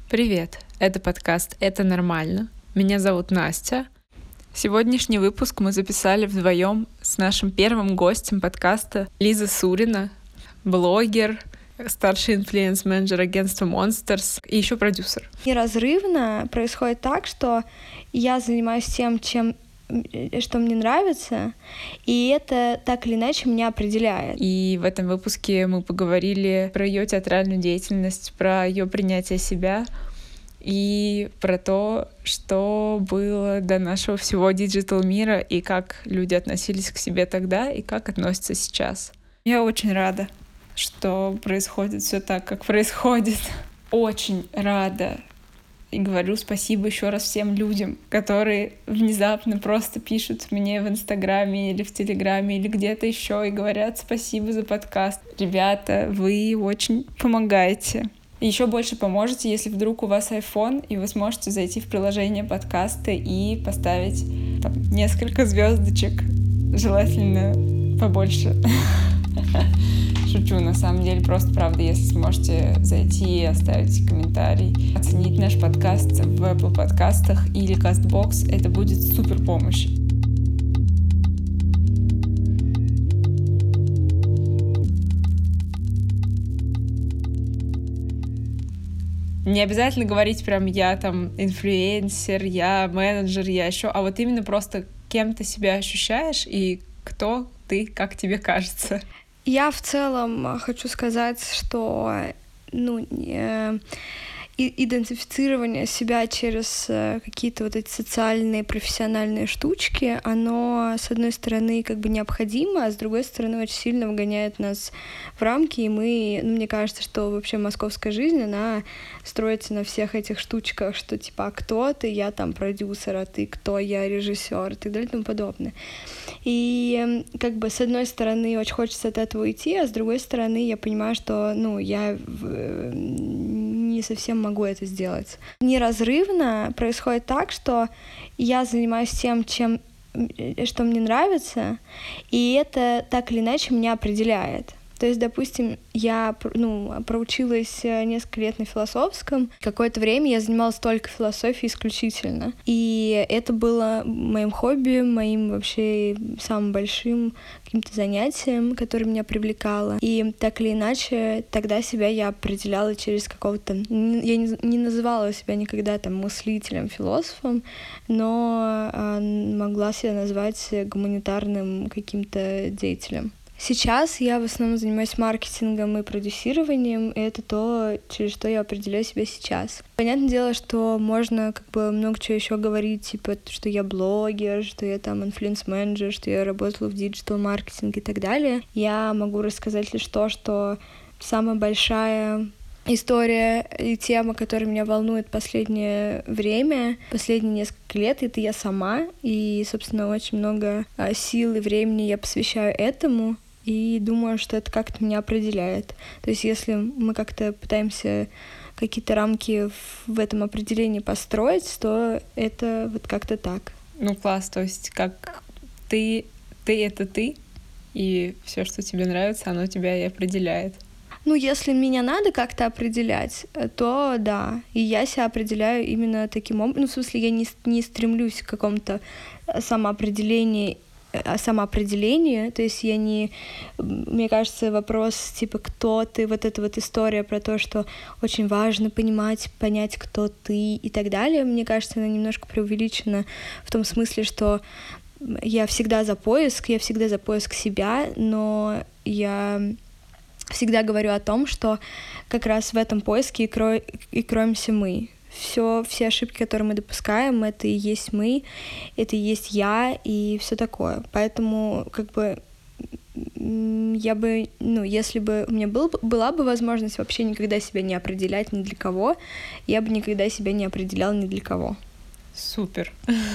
Привет, это подкаст «Это нормально». Меня зовут Настя. Сегодняшний выпуск мы записали вдвоем с нашим первым гостем подкаста Лиза Сурина, блогер, старший инфлюенс-менеджер агентства Monsters и еще продюсер. Неразрывно происходит так, что я занимаюсь тем, что мне нравится, и это так или иначе меня определяет. И в этом выпуске мы поговорили про ее театральную деятельность, про ее принятие себя и про то, что было до нашего всего диджитал-мира и как люди относились к себе тогда и как относятся сейчас. Я очень рада, что происходит все так, как происходит. Очень рада. И говорю спасибо еще раз всем людям, которые внезапно просто пишут мне в Инстаграме или в Телеграме или где-то еще и говорят спасибо за подкаст. Ребята, вы очень помогаете. И еще больше поможете, если вдруг у вас iPhone, и вы сможете зайти в приложение подкаста и поставить там несколько звездочек. Желательно побольше. Шучу, на самом деле, просто правда, если сможете зайти и оставить комментарий, оценить наш подкаст в Apple подкастах или CastBox, это будет супер помощь. Не обязательно говорить прям я там инфлюенсер, я менеджер, я еще, а вот именно просто кем ты себя ощущаешь и кто ты, как тебе кажется. Я в целом хочу сказать, что идентифицирование себя через какие-то вот эти социальные, профессиональные штучки, оно, с одной стороны, как бы необходимо, а с другой стороны, очень сильно вгоняет нас в рамки, и мне кажется, что вообще московская жизнь, она строится на всех этих штучках, что типа, а кто ты, я там продюсер, а ты кто, я режиссер и так далее и тому подобное. И как бы с одной стороны очень хочется от этого уйти, а с другой стороны я понимаю, что я не совсем могу это сделать. Неразрывно происходит так, что я занимаюсь тем, что мне нравится, и это так или иначе меня определяет. То есть, допустим, я проучилась несколько лет на философском. Какое-то время я занималась только философией исключительно. И это было моим хобби, моим вообще самым большим каким-то занятием, которое меня привлекало. И так или иначе, тогда себя я определяла через какого-то... Я не называла себя никогда там мыслителем, философом, но могла себя назвать гуманитарным каким-то деятелем. Сейчас я в основном занимаюсь маркетингом и продюсированием, и это то, через что я определяю себя сейчас. Понятное дело, что можно как бы много чего еще говорить, типа, что я блогер, что я там инфлюенс-менеджер, что я работала в диджитал-маркетинге и так далее. Я могу рассказать лишь то, что самая большая история и тема, которая меня волнует последнее время, последние несколько лет, это я сама. И, собственно, очень много сил и времени я посвящаю этому. И думаю, что это как-то меня определяет. То есть если мы как-то пытаемся какие-то рамки в этом определении построить, то это вот как-то так. Класс, то есть как ты это ты, и все, что тебе нравится, оно тебя и определяет. Если меня надо как-то определять, то да. И я себя определяю именно таким образом. В смысле, я не стремлюсь к какому-то самоопределению, то есть мне кажется, вопрос типа «кто ты?», вот эта вот история про то, что очень важно понять, кто ты и так далее, мне кажется, она немножко преувеличена в том смысле, что я всегда за поиск себя, но я всегда говорю о том, что как раз в этом поиске и кроемся мы. Все ошибки, которые мы допускаем, это и есть мы, это и есть я, и все такое. Поэтому, как бы, я бы, если бы у меня была бы возможность вообще никогда себя не определять ни для кого, я бы никогда себя не определяла ни для кого. Супер.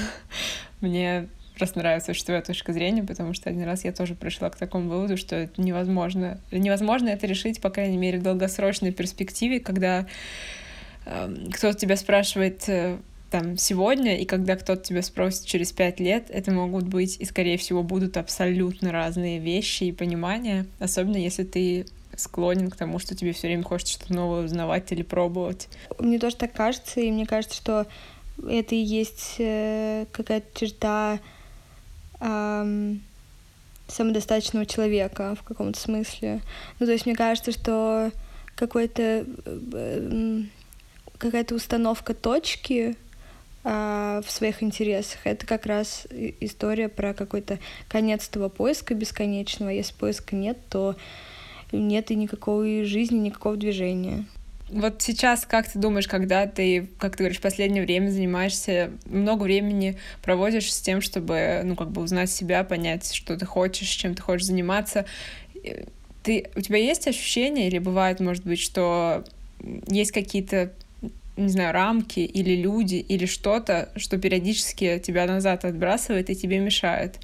Мне просто нравится очень твоя точка зрения, потому что один раз я тоже пришла к такому выводу, что это невозможно. Невозможно это решить, по крайней мере, в долгосрочной перспективе, когда кто-то тебя спрашивает там сегодня, и когда кто-то тебя спросит через 5 лет, это могут быть и, скорее всего, будут абсолютно разные вещи и понимания, особенно если ты склонен к тому, что тебе все время хочется что-то новое узнавать или пробовать. Мне тоже так кажется, и мне кажется, что это и есть какая-то черта самодостаточного человека в каком-то смысле. Ну, то есть мне кажется, что какая-то установка точки в своих интересах — это как раз история про какой-то конец этого поиска бесконечного. Если поиска нет, то нет и никакой жизни, никакого движения. Вот сейчас, как ты думаешь, когда ты, как ты говоришь, в последнее время занимаешься, много времени проводишь с тем, чтобы, узнать себя, понять, что ты хочешь, чем ты хочешь заниматься, у тебя есть ощущение, или бывает, может быть, что есть какие-то, не знаю, рамки или люди, или что-то, что периодически тебя назад отбрасывает и тебе мешает?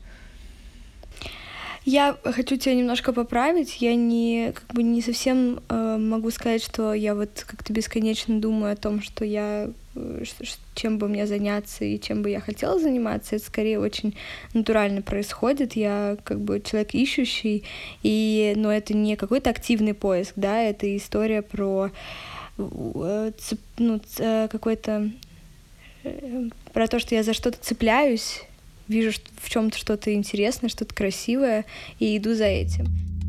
Я хочу тебя немножко поправить. Я не совсем могу сказать, что я вот как-то бесконечно думаю о том, что чем бы мне заняться и чем бы я хотела заниматься. Это скорее очень натурально происходит. Я человек ищущий, но это не какой-то активный поиск, да, это история про про то, что я за что-то цепляюсь, вижу в чем-то что-то интересное, что-то красивое, и иду за этим.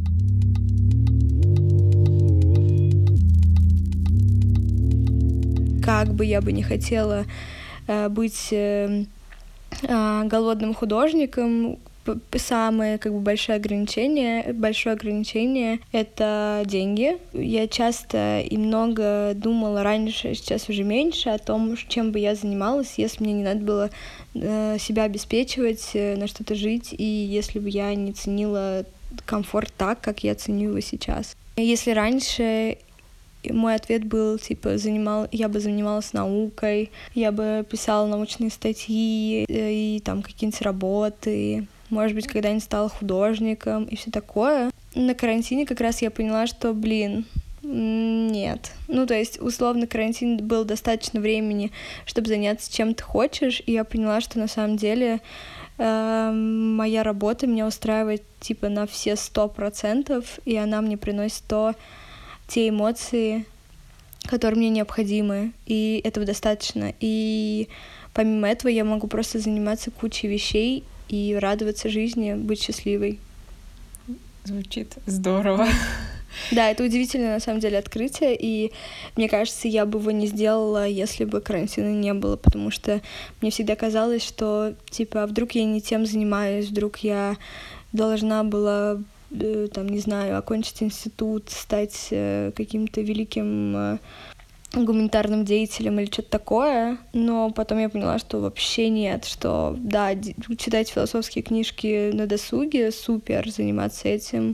Как бы я бы не хотела быть голодным художником, самое большое ограничение — это деньги. Я часто и много думала раньше, сейчас уже меньше, о том, чем бы я занималась, если мне не надо было себя обеспечивать, на что-то жить, и если бы я не ценила комфорт так, как я ценю его сейчас. Если раньше мой ответ был, я бы занималась наукой, я бы писала научные статьи и какие-нибудь работы, может быть, когда-нибудь стала художником и все такое. На карантине как раз я поняла, что, нет. То есть, условно, карантин был достаточно времени, чтобы заняться чем ты хочешь, и я поняла, что на самом деле моя работа меня устраивает на все 100%, и она мне приносит те эмоции, которые мне необходимы, и этого достаточно. И помимо этого я могу просто заниматься кучей вещей и радоваться жизни, быть счастливой. Звучит здорово. Да, это удивительное, на самом деле, открытие, и мне кажется, я бы его не сделала, если бы карантина не было, потому что мне всегда казалось, что, а вдруг я не тем занимаюсь, вдруг я должна была, не знаю, окончить институт, стать каким-то великим гуманитарным деятелем или что-то такое, но потом я поняла, что вообще нет, что, да, читать философские книжки на досуге — супер, заниматься этим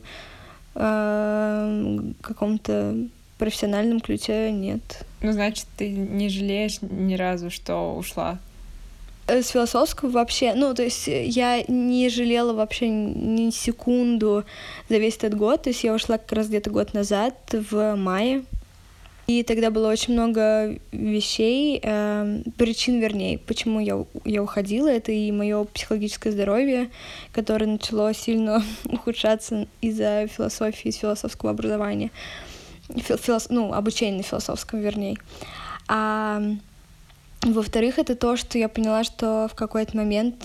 в каком-то профессиональном ключе — нет. Значит, ты не жалеешь ни разу, что ушла? С философского вообще, то есть я не жалела вообще ни секунду за весь этот год, то есть я ушла как раз где-то год назад, в мае. И тогда было очень много вещей, причин, вернее, почему я уходила. Это и мое психологическое здоровье, которое начало сильно ухудшаться из-за философии, из философского образования. Обучения на философском, вернее. А во-вторых, это то, что я поняла, что в какой-то момент,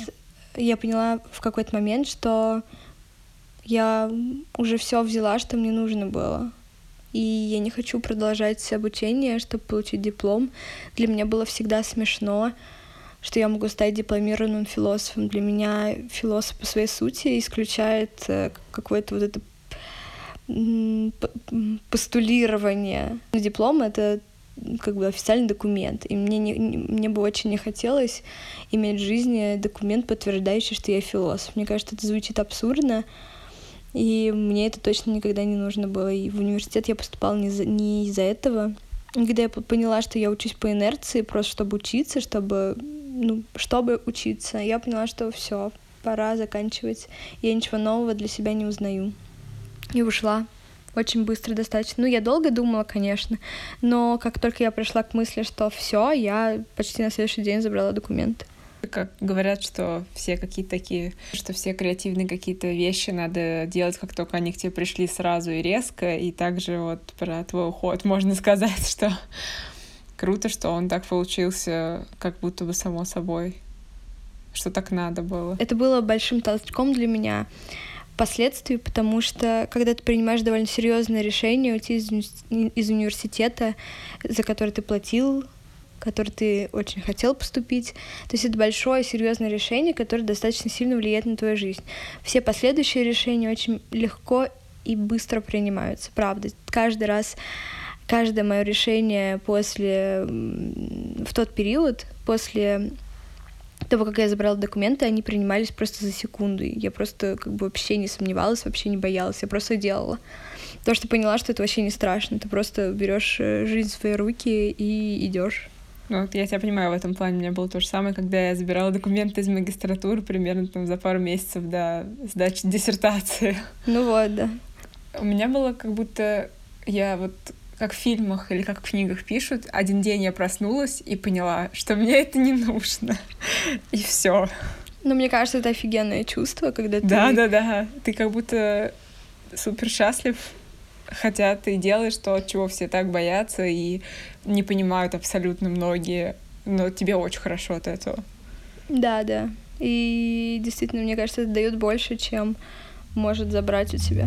что я уже все взяла, что мне нужно было. И я не хочу продолжать обучение, чтобы получить диплом. Для меня было всегда смешно, что я могу стать дипломированным философом. Для меня философ по своей сути исключает какое-то вот это постулирование. Диплом — это официальный документ. И мне бы очень не хотелось иметь в жизни документ, подтверждающий, что я философ. Мне кажется, это звучит абсурдно. И мне это точно никогда не нужно было. И в университет я поступала не из-за этого. И когда я поняла, что я учусь по инерции, просто чтобы учиться, чтобы учиться, я поняла, что все, пора заканчивать. Я ничего нового для себя не узнаю. И ушла. Очень быстро достаточно. Я долго думала, конечно, но как только я пришла к мысли, что все, я почти на следующий день забрала документы. как говорят, что все какие-то такие, что все креативные какие-то вещи надо делать, как только они к тебе пришли сразу и резко. И также вот про твой уход можно сказать, что круто, что он так получился, как будто бы само собой, что так надо было. Это было большим толчком для меня впоследствии, потому что когда ты принимаешь довольно серьезное решение уйти из университета, за который ты платил, который ты очень хотел поступить. То есть это большое, серьезное решение, которое достаточно сильно влияет на твою жизнь. Все последующие решения очень легко и быстро принимаются, правда. Каждый раз, каждое мое решение в тот период, после того, как я забрала документы, они принимались просто за секунду. И я просто вообще не сомневалась, вообще не боялась, я просто делала. Потому что поняла, что это вообще не страшно. Ты просто берешь жизнь в свои руки и идешь. Ну, вот я тебя понимаю, в этом плане у меня было то же самое, когда я забирала документы из магистратуры примерно за пару месяцев до сдачи диссертации. Ну вот, да. У меня было как будто я вот как в фильмах или как в книгах пишут, один день я проснулась и поняла, что мне это не нужно. И все. Но мне кажется, это офигенное чувство, когда ты... Да. Ты как будто супер счастлив, хотя ты делаешь то, чего все так боятся и не понимают абсолютно многие, но тебе очень хорошо от этого. Да. И действительно, мне кажется, это дает больше, чем может забрать у тебя.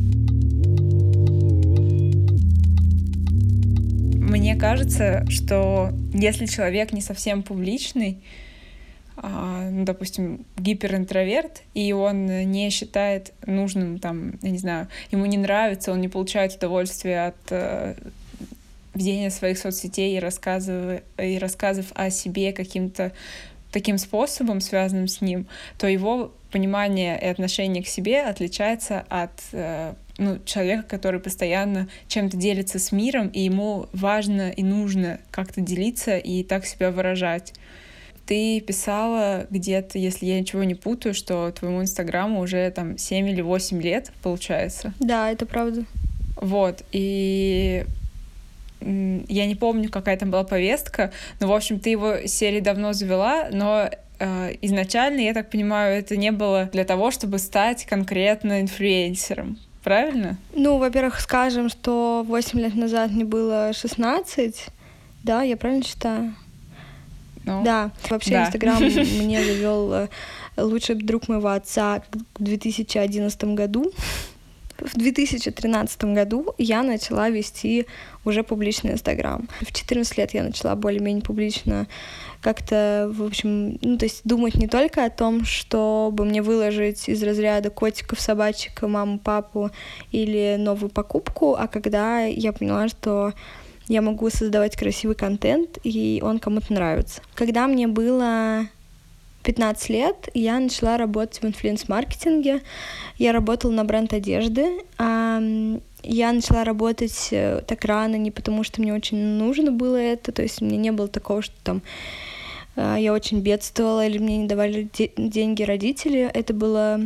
Мне кажется, что если человек не совсем публичный, допустим, гиперинтроверт, и он не считает нужным, я не знаю, ему не нравится, он не получает удовольствия от ведения своих соцсетей и рассказов о себе каким-то таким способом, связанным с ним, то его понимание и отношение к себе отличается от человека, который постоянно чем-то делится с миром, и ему важно и нужно как-то делиться и так себя выражать. Ты писала где-то, если я ничего не путаю, что твоему инстаграму уже 7 или 8 лет, получается. Да, это правда. Вот, и я не помню, какая там была повестка, но, в общем, ты его серии давно завела, но изначально, я так понимаю, это не было для того, чтобы стать конкретно инфлюенсером. Правильно? Ну, во-первых, скажем, что 8 лет назад мне было 16. Да, я правильно считаю? Да. Вообще, Инстаграм мне завел лучший друг моего отца в 2011 году. В 2013 году я начала вести уже публичный Инстаграм. В 14 лет я начала более-менее публично как-то, в общем, то есть думать не только о том, чтобы мне выложить из разряда котиков, собачек, маму, папу или новую покупку, а когда я поняла, что я могу создавать красивый контент, и он кому-то нравится. Когда мне было 15 лет, я начала работать в инфлюенс-маркетинге. Я работала на бренд одежды. Я начала работать так рано не потому, что мне очень нужно было это, то есть у меня не было такого, что я очень бедствовала или мне не давали деньги родители. Это было...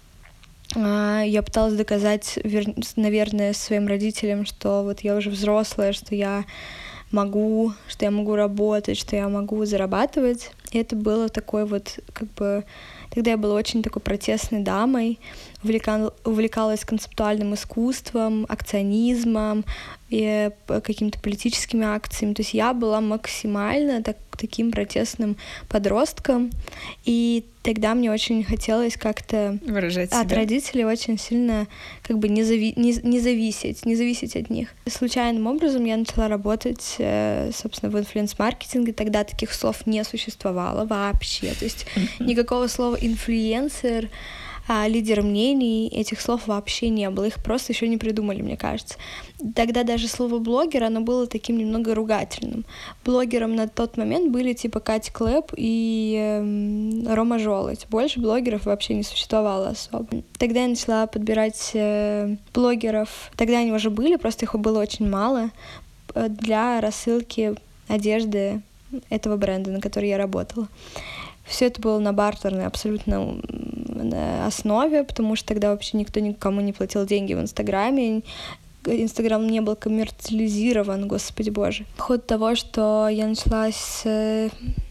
Я пыталась доказать, наверное, своим родителям, что вот я уже взрослая, что я могу работать, что я могу зарабатывать. И это было такой Тогда я была очень такой протестной дамой, увлекалась концептуальным искусством, акционизмом и какими-то политическими акциями. То есть я была максимально таким протестным подростком, и тогда мне очень хотелось как-то выражать себя. От родителей очень сильно не зависеть от них. Случайным образом я начала работать, собственно, в инфлюенс-маркетинге. Тогда таких слов не существовало вообще. То есть никакого слова инфлюенсер, лидер мнений, этих слов вообще не было. Их просто еще не придумали, мне кажется. Тогда даже слово блогер, оно было таким немного ругательным. Блогером на тот момент были типа Катя Клэп и Рома Жолудь. Больше блогеров вообще не существовало особо. Тогда я начала подбирать блогеров. Тогда они уже были, просто их было очень мало для рассылки одежды этого бренда, на который я работала. Все это было на бартерной абсолютно основе, потому что тогда вообще никто никому не платил деньги в Инстаграме. Инстаграм не был коммерциализирован, господи боже. Ход того, что я начала с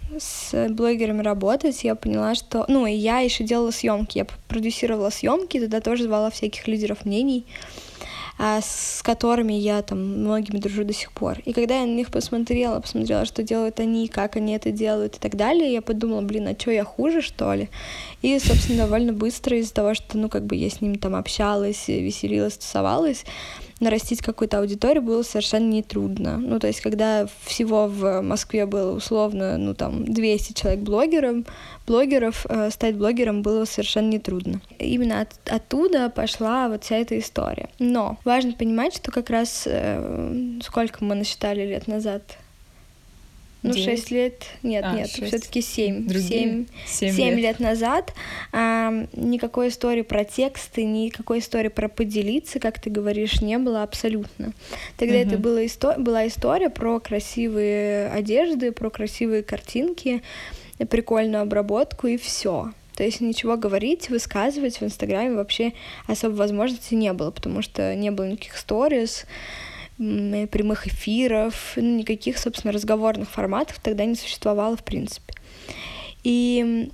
с блогерами работать, я поняла, что... Ну, и я еще делала съемки, я продюсировала съемки, туда тоже звала всяких лидеров мнений, с которыми я там многими дружу до сих пор. И когда я на них посмотрела, что делают они, как они это делают и так далее, я подумала, а что я хуже, что ли? И, собственно, довольно быстро из-за того, что, я с ними там общалась, веселилась, тусовалась, нарастить какую-то аудиторию было совершенно нетрудно. То есть, когда всего в Москве было условно, 200 человек блогеров, стать блогером было совершенно нетрудно. Именно оттуда пошла вот вся эта история. Но важно понимать, что как раз сколько мы насчитали лет назад? 6 лет, нет, 6. Все-таки 7. 7 лет назад никакой истории про тексты, никакой истории про поделиться, как ты говоришь, не было абсолютно. Тогда это была история про красивые одежды, про красивые картинки, прикольную обработку и все. То есть ничего говорить, высказывать в Инстаграме вообще особо возможности не было, потому что не было никаких сторис, прямых эфиров, никаких, собственно, разговорных форматов тогда не существовало в принципе. И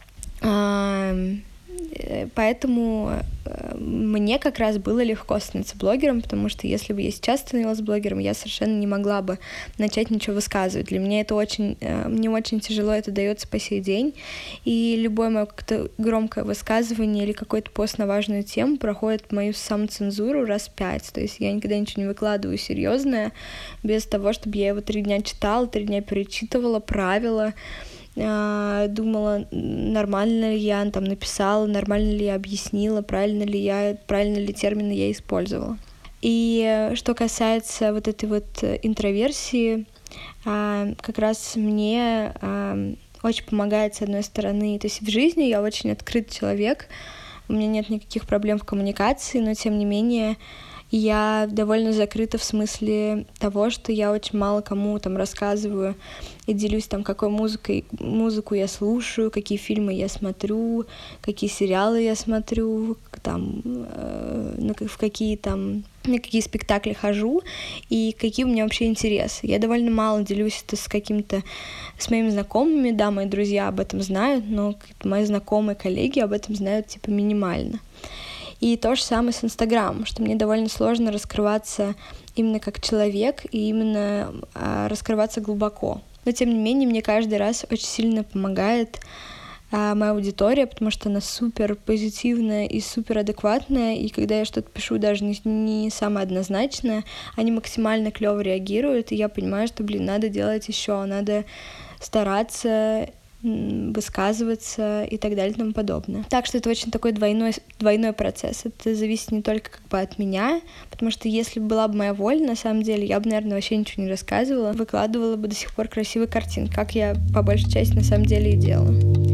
поэтому мне как раз было легко становиться блогером, потому что если бы я сейчас становилась блогером, я совершенно не могла бы начать ничего высказывать. Для меня мне очень тяжело это дается по сей день, и любое мое как-то громкое высказывание или какой-то пост на важную тему проходит мою самоцензуру раз 5. То есть я никогда ничего не выкладываю серьезное без того, чтобы я его 3 дня читала, 3 дня перечитывала, правила, думала, нормально ли я там написала, нормально ли я объяснила, правильно ли термины я использовала. И что касается вот этой вот интроверсии, как раз мне очень помогает, с одной стороны, то есть в жизни я очень открытый человек, у меня нет никаких проблем в коммуникации, но тем не менее я довольно закрыта в смысле того, что я очень мало кому там рассказываю и делюсь там, какой музыку я слушаю, какие фильмы я смотрю, какие сериалы я смотрю, там, на какие спектакли хожу и какие у меня вообще интересы. Я довольно мало делюсь это с моими знакомыми, да, мои друзья об этом знают, но мои знакомые коллеги об этом знают минимально. И то же самое с Инстаграмом, что мне довольно сложно раскрываться именно как человек и именно раскрываться глубоко. Но, тем не менее, мне каждый раз очень сильно помогает моя аудитория, потому что она супер позитивная и супер адекватная, и когда я что-то пишу, даже не самое однозначное, они максимально клево реагируют, и я понимаю, что, надо делать еще, надо стараться, высказываться и так далее и тому подобное. Так что это очень такой двойной процесс. Это зависит не только от меня, потому что если была бы моя воля, на самом деле, я бы, наверное, вообще ничего не рассказывала, выкладывала бы до сих пор красивые картинки, как я по большей части на самом деле и делала.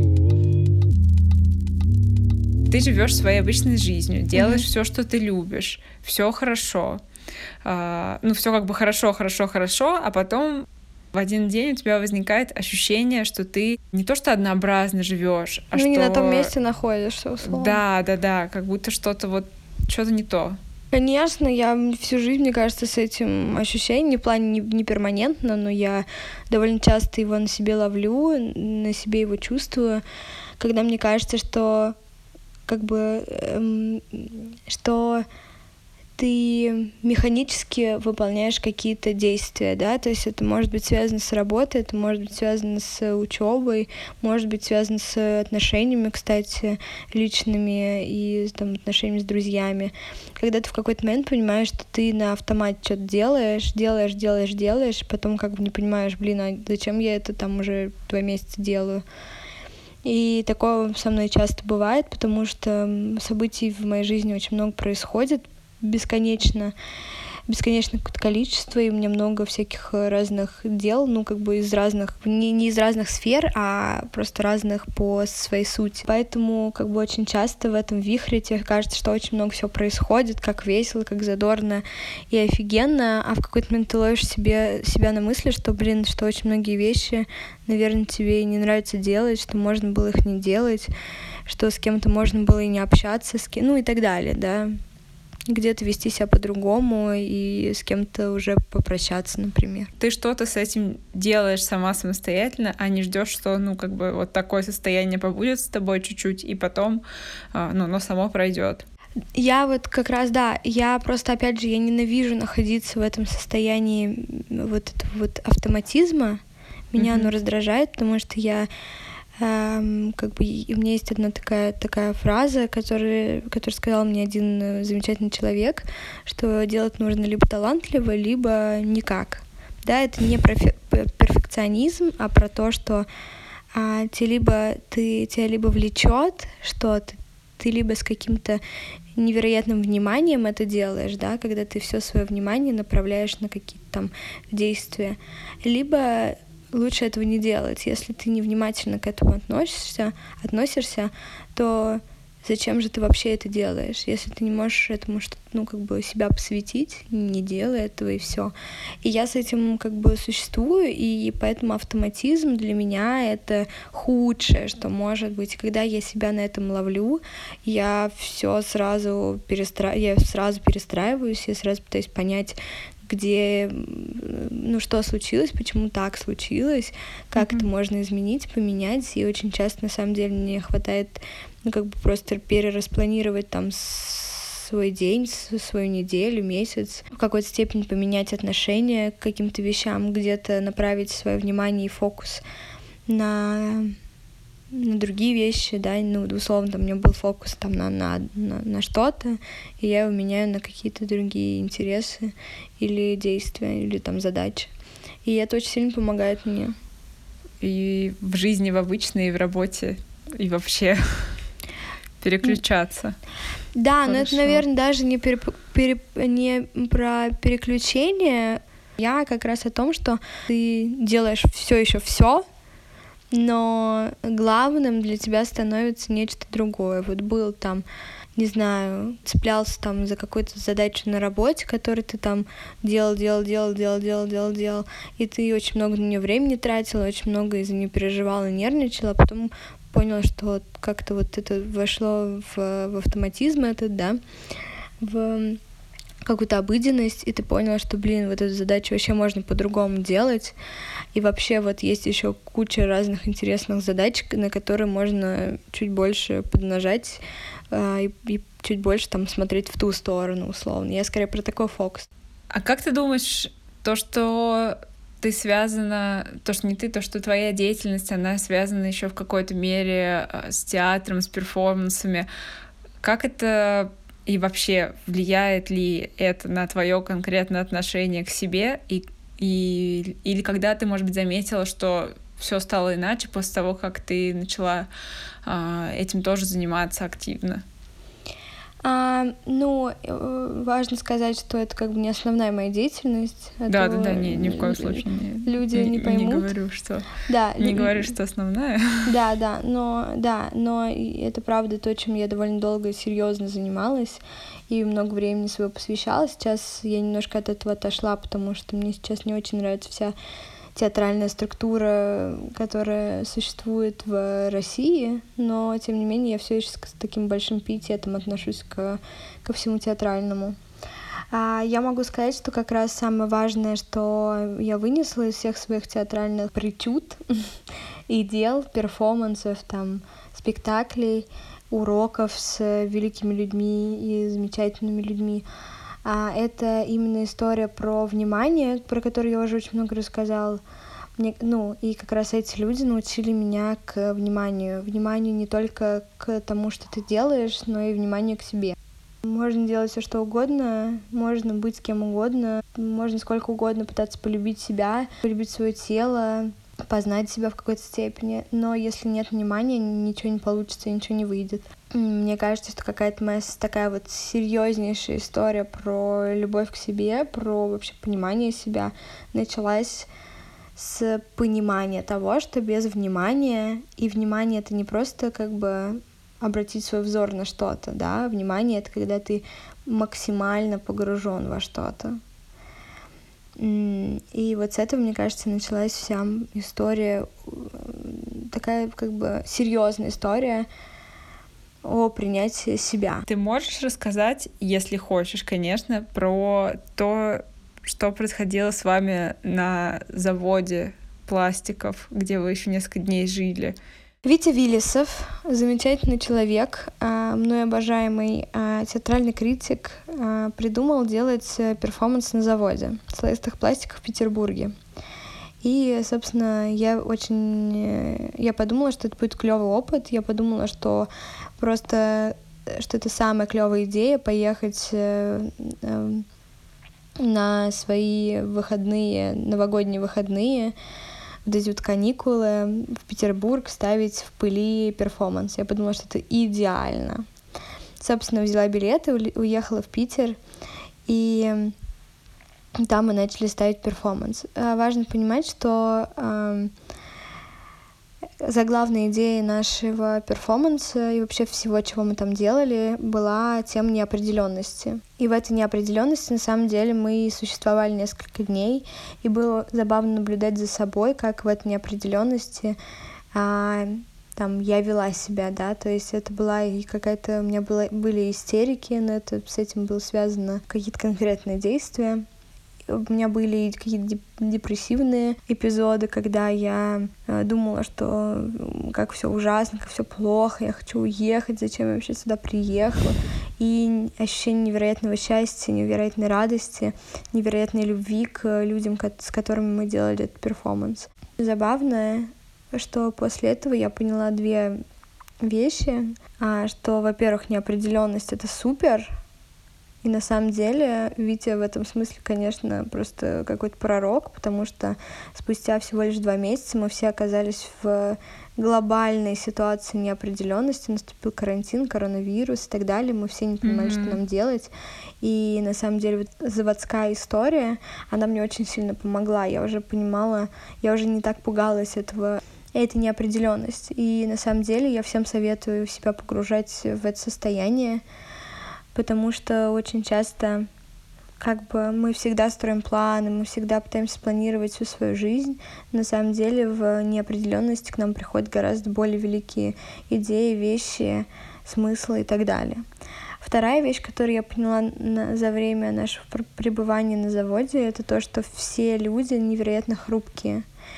Ты живешь своей обычной жизнью, делаешь все, что ты любишь, все хорошо. Все хорошо, а потом в один день у тебя возникает ощущение, что ты не то что однообразно живешь, а что... не на том месте находишься, условно. Да, как будто что-то не то. Конечно, я всю жизнь, мне кажется, с этим ощущением, не в плане не перманентно, но я довольно часто его на себе ловлю, на себе его чувствую, когда мне кажется, что что ты механически выполняешь какие-то действия, да, то есть это может быть связано с работой, это может быть связано с учебой, может быть связано с отношениями, кстати, личными и там отношениями с друзьями. Когда ты в какой-то момент понимаешь, что ты на автомате что-то делаешь, потом не понимаешь, а зачем я это там уже 2 месяца делаю. И такое со мной часто бывает, потому что событий в моей жизни очень много происходит, бесконечное какое-то количество, и у меня много всяких разных дел, из разных, не из разных сфер, а просто разных по своей сути. Поэтому очень часто в этом вихре тебе кажется, что очень много всего происходит, как весело, как задорно и офигенно, а в какой-то момент ты ловишь себя на мысли, что, что очень многие вещи, наверное, тебе и не нравится делать, что можно было их не делать, что с кем-то можно было и не общаться, и так далее, да. где-то вести себя по-другому и с кем-то уже попрощаться, например. Ты что-то с этим делаешь сама самостоятельно, а не ждешь, что, вот такое состояние побудет с тобой чуть-чуть, и потом, оно само пройдет. Я вот как раз, да, я просто, опять же, я ненавижу находиться в этом состоянии вот этого вот автоматизма. Меня оно раздражает, потому что я как бы у меня есть одна такая фраза, которую сказал мне один замечательный человек, что делать нужно либо талантливо, либо никак. Да, это не про перфекционизм, а про то, что тебя либо влечет что-то, ты либо с каким-то невероятным вниманием это делаешь, да, когда ты все свое внимание направляешь на какие-то там действия, либо лучше этого не делать. Если ты невнимательно к этому относишься, то зачем же ты вообще это делаешь? Если ты не можешь этому что-то, себя посвятить, не делай этого, и все. И я с этим существую, и поэтому автоматизм для меня — это худшее, что может быть. Когда я себя на этом ловлю, я сразу перестраиваюсь, я сразу пытаюсь понять, где, что случилось, почему так случилось, как это можно изменить, поменять. И очень часто, на самом деле, мне хватает, просто перераспланировать там свой день, свою неделю, месяц, в какой-то степени поменять отношение к каким-то вещам, где-то направить свое внимание и фокус на другие вещи, да, условно, там у меня был фокус там на что-то, и я его меняю на какие-то другие интересы или действия, или там задачи. И это очень сильно помогает мне. И в жизни, в обычной, и в работе, и вообще переключаться. Да, но это, наверное, даже не про переключение. Я как раз о том, что ты делаешь все, но главным для тебя становится нечто другое. Вот был там, не знаю, цеплялся там за какую-то задачу на работе, которую ты там делал, и ты очень много на нее времени тратил, очень много из-за нее переживал и нервничал, а потом понял, что как-то вот это вошло в автоматизм этот, да, в какую-то обыденность, и ты понял, что, вот эту задачу вообще можно по-другому делать, и вообще вот есть еще куча разных интересных задач, на которые можно чуть больше поднажать и чуть больше там смотреть в ту сторону, условно. Я скорее про такой фокус. А как ты думаешь, то, что твоя деятельность, она связана еще в какой-то мере с театром, с перформансами, как это и вообще влияет ли это на твое конкретное отношение к себе, или когда ты, может быть, заметила, что все стало иначе после того, как ты начала этим тоже заниматься активно? Важно сказать, что это не основная моя деятельность. Да, ни в коем случае люди не поймут. Не говорю, что основная. Но это правда то, чем я довольно долго и серьезно занималась и много времени своего посвящала. Сейчас я немножко от этого отошла, потому что мне сейчас не очень нравится вся театральная структура, которая существует в России, но, тем не менее, я все еще с таким большим пиететом отношусь ко всему театральному. Я могу сказать, что как раз самое важное, что я вынесла из всех своих театральных причуд и дел, перформансов, там, спектаклей, уроков с великими людьми и замечательными людьми, это именно история про внимание, про которую я уже очень много рассказала. И как раз эти люди научили меня к вниманию. Вниманию не только к тому, что ты делаешь, но и вниманию к себе. Можно делать все, что угодно, можно быть с кем угодно, можно сколько угодно пытаться полюбить себя, полюбить свое тело, познать себя в какой-то степени, но если нет внимания, ничего не получится, ничего не выйдет. Мне кажется, что какая-то моя такая вот серьезнейшая история про любовь к себе, про вообще понимание себя началась с понимания того, что без внимания, и внимание — это не просто обратить свой взор на что-то, да, внимание — это когда ты максимально погружен во что-то. И вот с этого, мне кажется, началась вся история, такая серьезная история о принятии себя. Ты можешь рассказать, если хочешь, конечно, про то, что происходило с вами на заводе пластиков, где вы еще несколько дней жили? Витя Виллисов, замечательный человек, мной обожаемый театральный критик, придумал делать перформанс на заводе слоистых пластиков в Петербурге. И, собственно, я подумала, что это будет клевый опыт. Я подумала, что это самая клевая идея поехать на свои выходные, новогодние выходные, вот эти вот каникулы в Петербург, ставить в пыли перформанс. Я подумала, что это идеально. Собственно, взяла билеты, уехала в Питер, и там мы начали ставить перформанс. Важно понимать, что заглавная идея нашего перформанса и вообще всего, чего мы там делали, была тема неопределенности. И в этой неопределенности на самом деле мы существовали несколько дней, и было забавно наблюдать за собой, как в этой неопределенности там я вела себя, да, то есть это была и какая-то, у меня были истерики, но с этим было связано какие-то конкретные действия. У меня были какие-то депрессивные эпизоды, когда я думала, что как все ужасно, как все плохо, я хочу уехать, зачем я вообще сюда приехала. И ощущение невероятного счастья, невероятной радости, невероятной любви к людям, с которыми мы делали этот перформанс. Забавно, что после этого я поняла две вещи, что, во-первых, неопределенность — это супер. И на самом деле Витя в этом смысле, конечно, просто какой-то пророк, потому что спустя всего лишь 2 месяца мы все оказались в глобальной ситуации неопределенности. Наступил карантин, коронавирус и так далее. Мы все не понимали, что нам делать. И на самом деле вот заводская история, она мне очень сильно помогла. Я уже понимала, я уже не так пугалась этой неопределенности. И на самом деле я всем советую себя погружать в это состояние, потому что очень часто мы всегда строим планы, мы всегда пытаемся спланировать всю свою жизнь. На самом деле в неопределенности к нам приходят гораздо более великие идеи, вещи, смыслы и так далее. Вторая вещь, которую я поняла за время нашего пребывания на заводе, это то, что все люди невероятно хрупкие.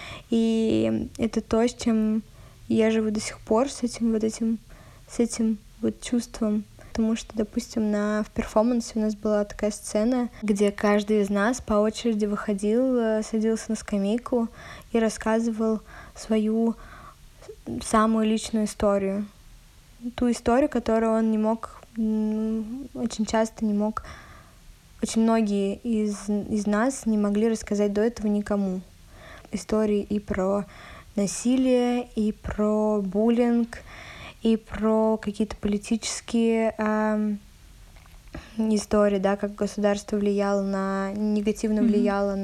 И это то, с чем я живу до сих пор, с этим чувством. Потому что, допустим, в перформансе у нас была такая сцена, где каждый из нас по очереди выходил, садился на скамейку и рассказывал свою самую личную историю. Ту историю, которую он не мог, очень часто не мог, очень многие из нас не могли рассказать до этого никому. Истории и про насилие, и про буллинг, и про какие-то политические истории, да, как государство негативно влияло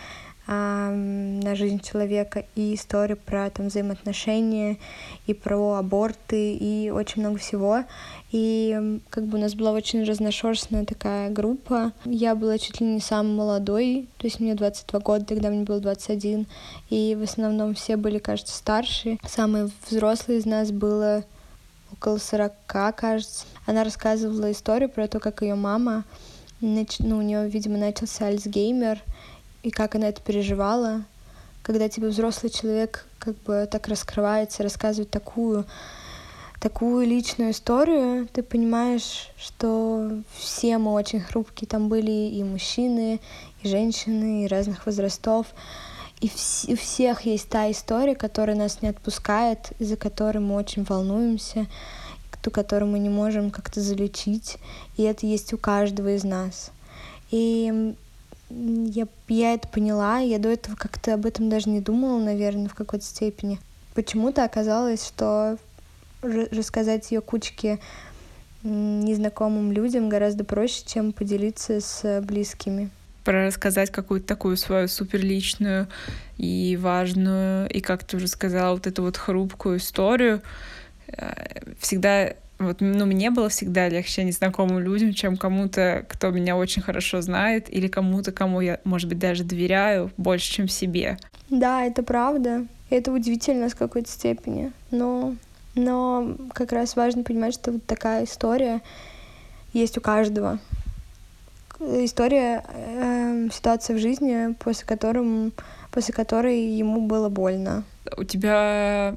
на жизнь человека, и истории про взаимоотношения, и про аборты, и очень много всего. И у нас была очень разношерстная такая группа. Я была чуть ли не самой молодой, то есть мне 22 года, тогда мне было 21, и в основном все были, кажется, старше. Самый взрослый из нас было около 40, кажется. Она рассказывала историю про то, как ее мама, у нее, видимо, начался Альцгеймер, и как она это переживала. Когда тебе взрослый человек так раскрывается, рассказывает такую личную историю, ты понимаешь, что все мы очень хрупкие. Там были и мужчины, и женщины, и разных возрастов. И у всех есть та история, которая нас не отпускает, из-за которой мы очень волнуемся, ту, которую мы не можем как-то залечить. И это есть у каждого из нас. И я это поняла, я до этого как-то об этом даже не думала, наверное, в какой-то степени. Почему-то оказалось, что рассказать ее кучке незнакомым людям гораздо проще, чем поделиться с близкими. Про рассказать какую-то такую свою суперличную и важную, и, как ты уже сказала, вот эту вот хрупкую историю. Всегда, мне было всегда легче незнакомым людям, чем кому-то, кто меня очень хорошо знает, или кому-то, кому я, может быть, даже доверяю больше, чем себе. Да, это правда. Это удивительно с какой-то степени. Но Но как раз важно понимать, что вот такая история есть у каждого. История, ситуация в жизни, после которой ему было больно. У тебя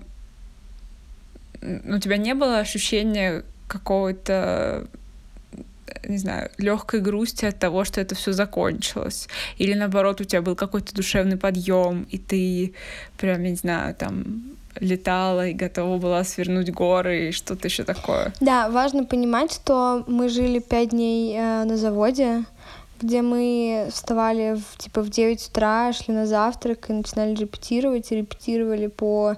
не было ощущения какого-то, не знаю, легкой грусти от того, что это все закончилось? Или наоборот, у тебя был какой-то душевный подъем, и ты прям, не знаю, там летала и готова была свернуть горы и что-то еще такое? Да, важно понимать, что мы жили 5 дней на заводе, где мы вставали в 9 утра, шли на завтрак и начинали репетировать, и репетировали по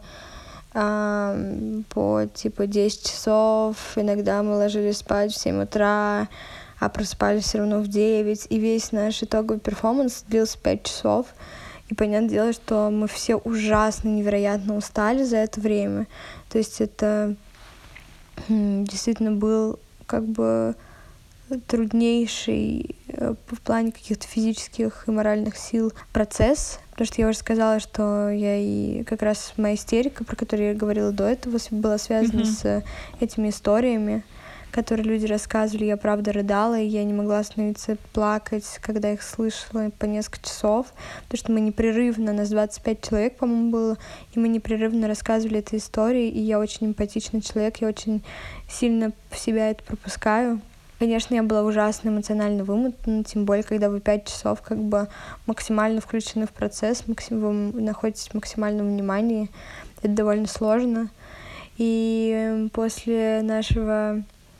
10 часов, иногда мы ложились спать в 7 утра, а просыпались все равно в 9, и весь наш итоговый перформанс длился 5 часов, и понятное дело, что мы все ужасно, невероятно устали за это время, то есть это действительно был как бы труднейший в плане каких-то физических и моральных сил процесс, потому что я уже сказала, что как раз моя истерика, про которую я говорила до этого, была связана с этими историями, которые люди рассказывали. Я правда рыдала, и я не могла остановиться плакать, когда их слышала по несколько часов, потому что мы непрерывно, нас 25 человек, по-моему, было, и мы непрерывно рассказывали эти истории, и я очень эмпатичный человек, я очень сильно в себя это пропускаю. Конечно, я была ужасно эмоционально вымотана, тем более, когда вы 5 часов как бы максимально включены в процесс, вы находитесь в максимальном внимании. Это довольно сложно. И после нашего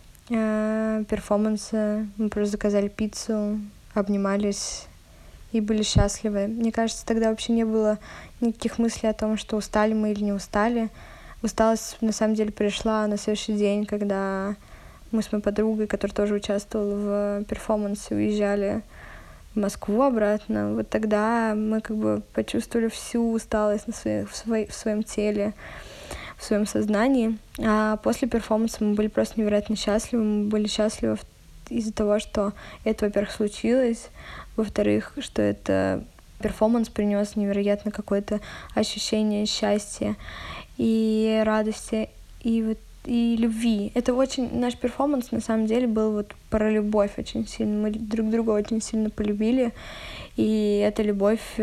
перформанса мы просто заказали пиццу, обнимались и были счастливы. Мне кажется, тогда вообще не было никаких мыслей о том, что устали мы или не устали. Усталость, на самом деле, пришла на следующий день, когда мы с моей подругой, которая тоже участвовала в перформансе, уезжали в Москву обратно. Вот тогда мы как бы почувствовали всю усталость в своем теле, в своем сознании. А после перформанса мы были просто невероятно счастливы. Мы были счастливы из-за того, что это, во-первых, случилось, во-вторых, что это перформанс принес невероятно какое-то ощущение счастья и радости, и любви. Это наш перформанс на самом деле был вот про любовь очень сильно. Мы друг друга очень сильно полюбили, и эта любовь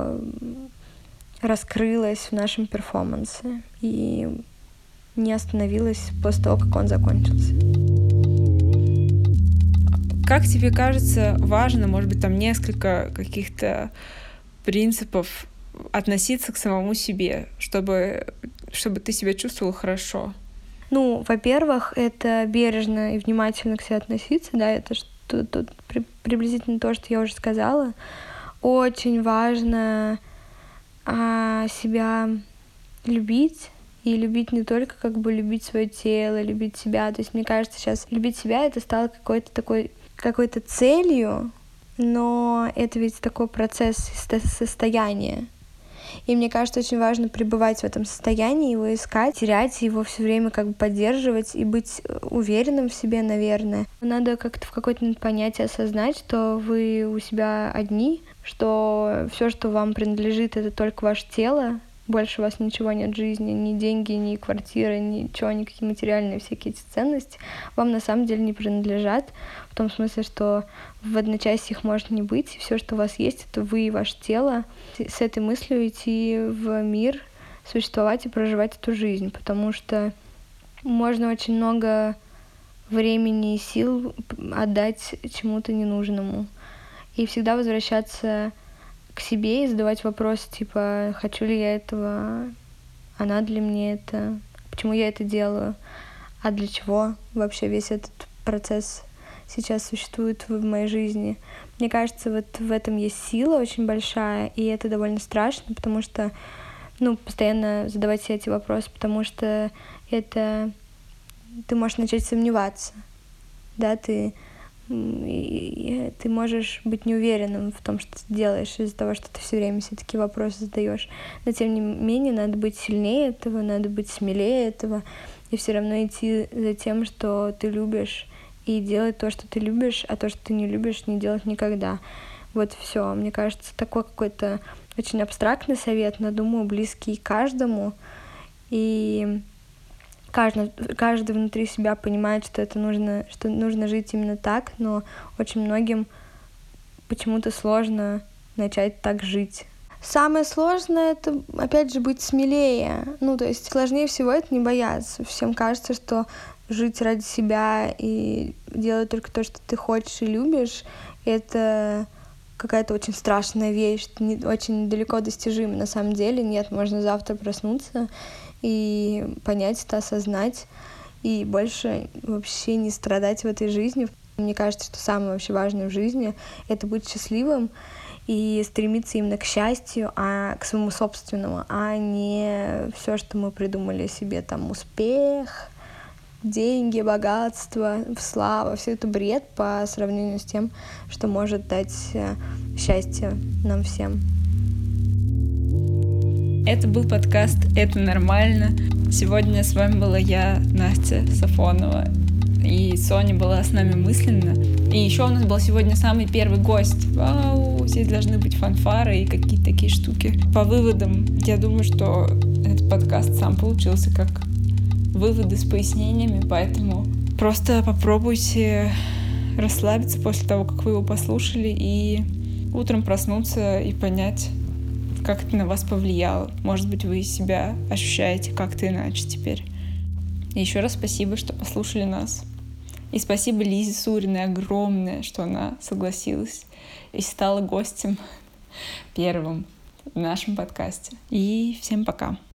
раскрылась в нашем перформансе и не остановилась после того, как он закончился. Как тебе кажется, важно, может быть, там несколько каких-то принципов относиться к самому себе, чтобы ты себя чувствовал хорошо? Во-первых, это бережно и внимательно к себе относиться, да, это тут приблизительно то, что я уже сказала. Очень важно себя любить, и любить не только как бы любить свое тело, любить себя. То есть мне кажется, сейчас любить себя это стало какой-то целью, но это ведь такой процесс состояния. И мне кажется, очень важно пребывать в этом состоянии, его искать, терять его все время как бы поддерживать и быть уверенным в себе, наверное. Надо как-то в какой-то момент понять и осознать, что вы у себя одни, что все, что вам принадлежит, это только ваше тело, больше у вас ничего нет в жизни, ни деньги, ни квартира, ничего, никакие материальные всякие эти ценности вам на самом деле не принадлежат, в том смысле, что в одночасье их может не быть, и все, что у вас есть, это вы и ваше тело. С этой мыслью идти в мир, существовать и проживать эту жизнь, потому что можно очень много времени и сил отдать чему-то ненужному. И всегда возвращаться к себе и задавать вопросы, типа, хочу ли я этого, а надо ли мне это, почему я это делаю, а для чего вообще весь этот процесс сейчас существует в моей жизни. Мне кажется, вот в этом есть сила очень большая, и это довольно страшно, потому что, постоянно задавать себе эти вопросы, потому что ты можешь начать сомневаться, да, ты можешь быть неуверенным в том, что ты делаешь, из-за того, что ты все время все такие вопросы задаешь. Но тем не менее, надо быть сильнее этого, надо быть смелее этого, и все равно идти за тем, что ты любишь, и делать то, что ты любишь, а то, что ты не любишь, не делать никогда. Вот все. Мне кажется, такой какой-то очень абстрактный совет, но, думаю, близкий каждому. И каждый внутри себя понимает, что нужно жить именно так, но очень многим почему-то сложно начать так жить. Самое сложное — это, опять же, быть смелее. То есть сложнее всего это не бояться. Всем кажется, что жить ради себя и делать только то, что ты хочешь и любишь, это какая-то очень страшная вещь, очень далеко достижима. На самом деле нет, можно завтра проснуться и понять это, осознать, и больше вообще не страдать в этой жизни. Мне кажется, что самое вообще важное в жизни — это быть счастливым и стремиться именно к счастью, к своему собственному, а не все, что мы придумали себе, там, успех, деньги, богатство, слава. Все это бред по сравнению с тем, что может дать счастье нам всем. Это был подкаст «Это нормально». Сегодня с вами была я, Настя Сафонова, и Соня была с нами мысленно. И еще у нас был сегодня самый первый гость. Вау, здесь должны быть фанфары и какие-то такие штуки. По выводам, я думаю, что этот подкаст сам получился как выводы с пояснениями, поэтому просто попробуйте расслабиться после того, как вы его послушали, и утром проснуться и понять, как это на вас повлияло. Может быть, вы себя ощущаете как-то иначе теперь. И еще раз спасибо, что послушали нас. И спасибо Лизе Суриной огромное, что она согласилась и стала гостем первым в нашем подкасте. И всем пока.